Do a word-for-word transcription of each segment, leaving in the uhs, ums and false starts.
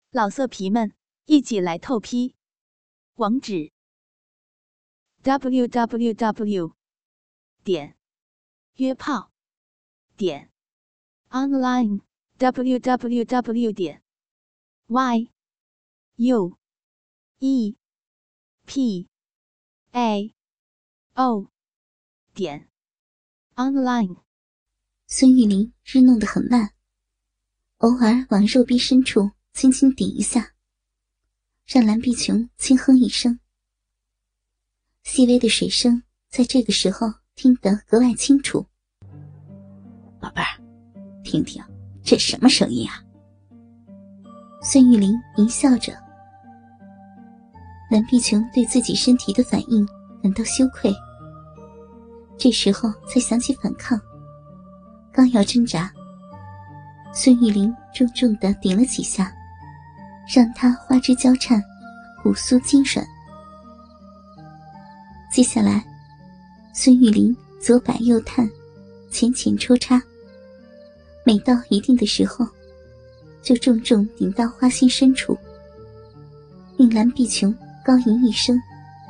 老色皮们，一起来透批！网址 ：double u double u double u 点约炮点 online double u double u double u 点 y u e p a o 点 online。 孙玉玲日弄得很慢，偶尔往肉壁深处轻轻顶一下，让蓝碧琼轻哼一声。细微的水声在这个时候听得格外清楚。 宝贝儿，听听这什么声音啊？ 孙玉玲淫笑着。蓝碧琼对自己身体的反应感到羞愧，这时候才想起反抗，刚要挣扎，孙玉玲重重地顶了几下，让她花枝交颤，骨酥筋软。接下来，孙玉玲左摆右探，浅浅抽插，每到一定的时候，就重重顶到花心深处，令蓝碧琼高吟一声。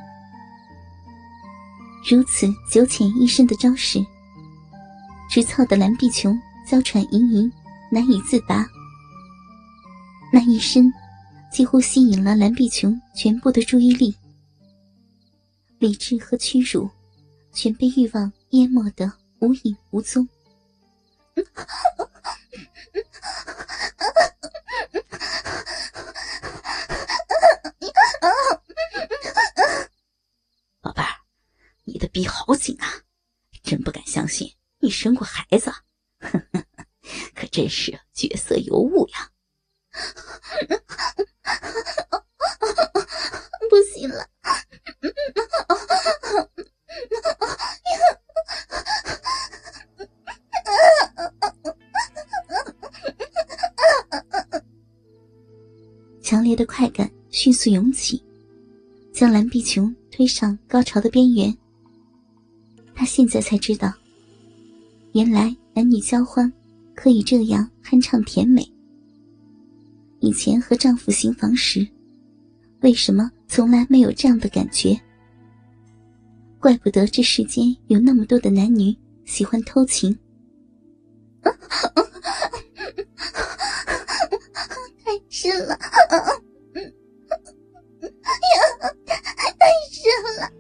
如此九浅一深的招式，直操的蓝碧琼娇喘盈盈，难以自拔。那一深几乎吸引了蓝碧琼全部的注意力，理智和屈辱全被欲望淹没得无影无踪。 宝贝儿，你的逼好紧啊，真不敢相信你生过孩子，可真是绝色尤物呀。 不行了，强烈的快感迅速涌起，将蓝碧琼推上高潮的边缘。她现在才知道，原来男女交欢可以这样酣畅甜美。以前和丈夫行房时，为什么从来没有这样的感觉？怪不得这世间有那么多的男女喜欢偷情。太深了，太深了。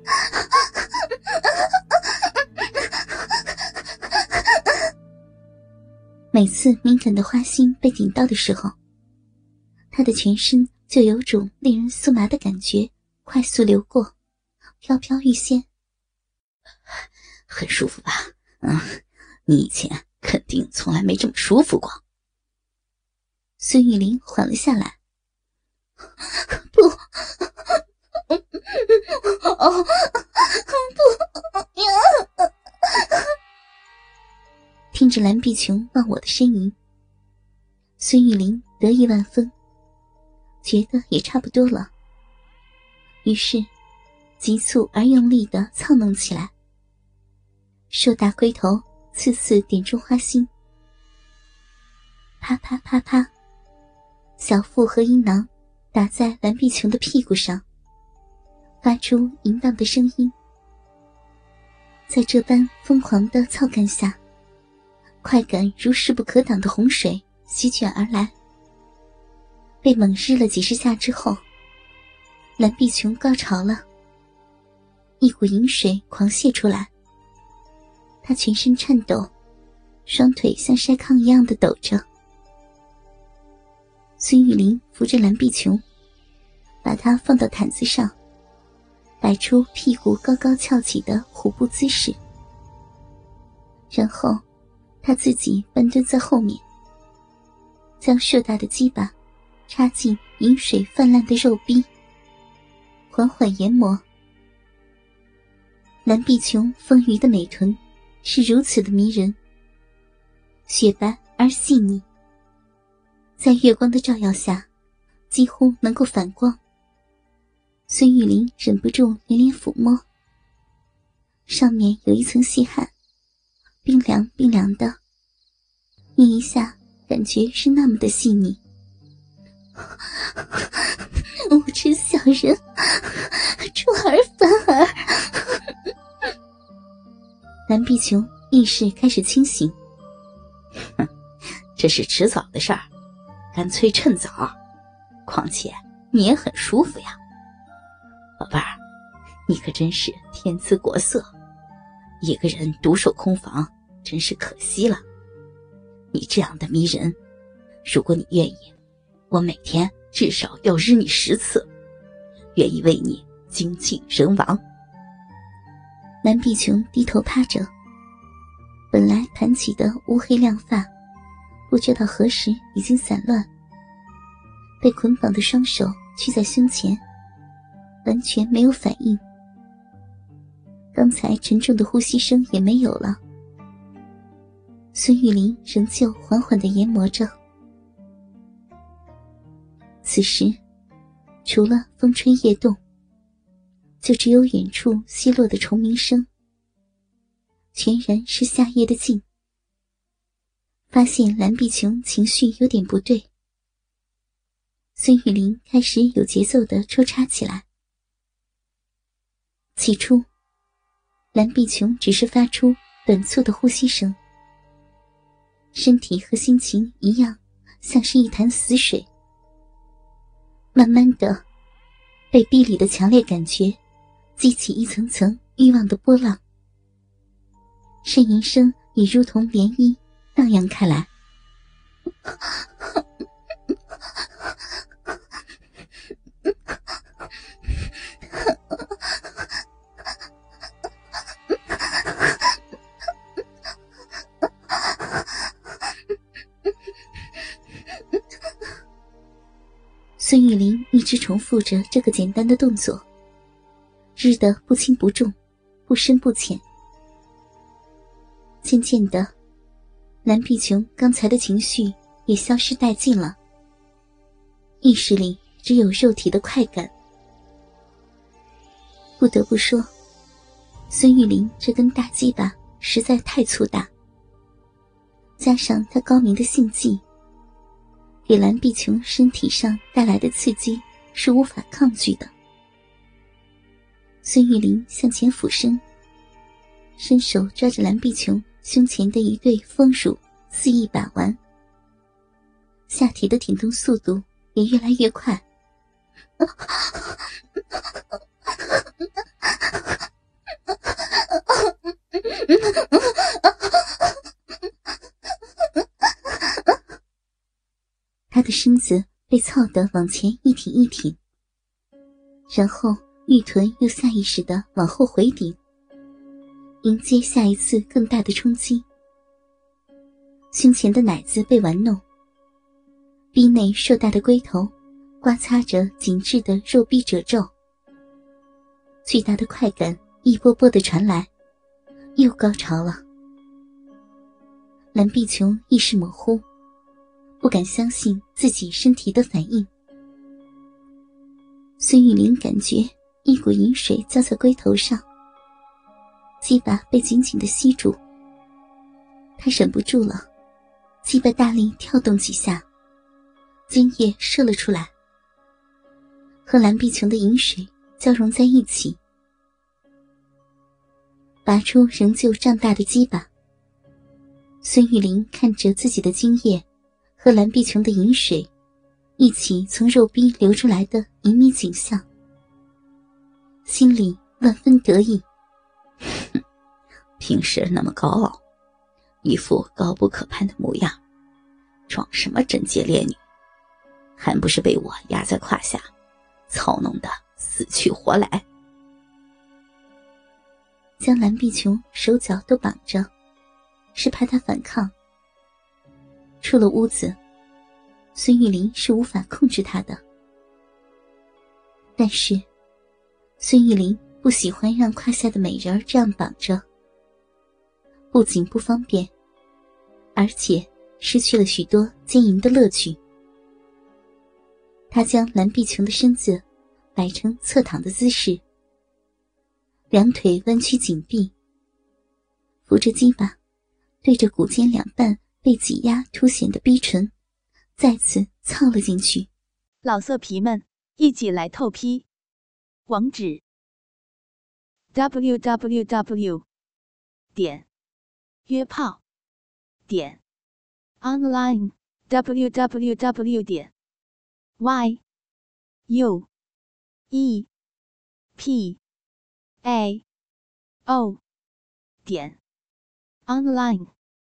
每次敏感的花心被顶到的时候，她的全身就有种令人酥麻的感觉快速流过，飘飘欲仙。 很舒服吧？嗯，你以前肯定从来没这么舒服过。 孙玉玲缓了下来。不，哦，不呀！听着蓝碧琼忘我的呻吟，孙玉玲得意万分，觉得也差不多了，于是急促而用力地操弄起来，硕大龟头次次点中花心，啪啪啪啪，小腹和阴囊打在蓝碧琼的屁股上，发出淫荡的声音。在这般疯狂的操干下，快感如势不可挡的洪水席卷而来。被猛日了几十下之后，蓝碧琼高潮了，一股淫水狂泻出来。她全身颤抖，双腿像筛糠一样的抖着。孙玉玲扶着蓝碧琼，把她放到毯子上，摆出屁股高高翘起的虎步姿势，然后她自己半蹲在后面，将硕大的鸡巴插进饮水泛滥的肉壁，缓缓研磨。蓝碧琼丰腴的美臀是如此的迷人，雪白而细腻，在月光的照耀下几乎能够反光。孙玉玲忍不住连连抚摸，上面有一层细汗，冰凉冰凉的，捏一下感觉是那么的细腻。 无耻小人，出尔反尔！蓝碧琼意识开始清醒。 哼，这是迟早的事儿，干脆趁早。况且你也很舒服呀。宝贝儿，你可真是天姿国色，一个人独守空房真是可惜了。你这样的迷人，如果你愿意，我每天至少要日你十次，愿意为你精尽人亡。 蓝碧琼低头趴着，本来盘起的乌黑亮发不知道何时已经散乱，被捆绑的双手屈在胸前，完全没有反应。刚才沉重的呼吸声也没有了。孙玉玲仍旧缓缓地研磨着。此时除了风吹叶动，就只有远处稀落的虫鸣声，全然是夏夜的静。发现蓝碧琼情绪有点不对，孙玉玲开始有节奏地抽插起来。起初蓝碧琼只是发出短促的呼吸声，身体和心情一样像是一潭死水。慢慢的，被逼里的强烈感觉激起一层层欲望的波浪，呻吟声也如同涟漪荡漾开来。孙玉玲一直重复着这个简单的动作，日得不轻不重，不深不浅。渐渐的，蓝碧琼刚才的情绪也消失殆尽了，意识里只有肉体的快感。不得不说，孙玉玲这根大鸡巴实在太粗大，加上她高明的性技，给蓝碧琼身体上带来的刺激是无法抗拒的。孙玉玲向前俯身，伸手抓着蓝碧琼胸前的一对丰乳肆意把玩，下体的挺动速度也越来越快。他的身子被操得往前一挺一挺，然后玉臀又下意识地往后回顶，迎接下一次更大的冲击。胸前的奶子被玩弄，逼内硕大的龟头刮擦着紧致的肉壁褶皱，巨大的快感一波波地传来，又高潮了。蓝碧琼意识模糊，不敢相信自己身体的反应。孙玉玲感觉一股饮水浇在龟头上，鸡巴被紧紧地吸住，她忍不住了，鸡巴大力跳动几下，精液射了出来，和蓝碧琼的饮水交融在一起。拔出仍旧胀大的鸡巴，孙玉玲看着自己的精液和蓝碧琼的饮水一起从肉壁流出来的旖旎景象，心里万分得意。 平时那么高傲，一副高不可攀的模样，装什么贞洁烈女，还不是被我压在胯下操弄得死去活来。将蓝碧琼手脚都绑着，是怕她反抗。出了屋子，孙玉玲是无法控制她的。但是孙玉玲不喜欢让胯下的美人儿这样绑着，不仅不方便，而且失去了许多奸淫的乐趣。她将蓝碧琼的身子摆成侧躺的姿势，两腿弯曲紧闭，扶着鸡巴对着骨尖两半被挤压凸显的逼唇再次操了进去。 老色皮们， 一起来透批。网址 ：double-u double-u double-u 点约炮点 online double-u double-u double-u 点 y u e p a o 点 online。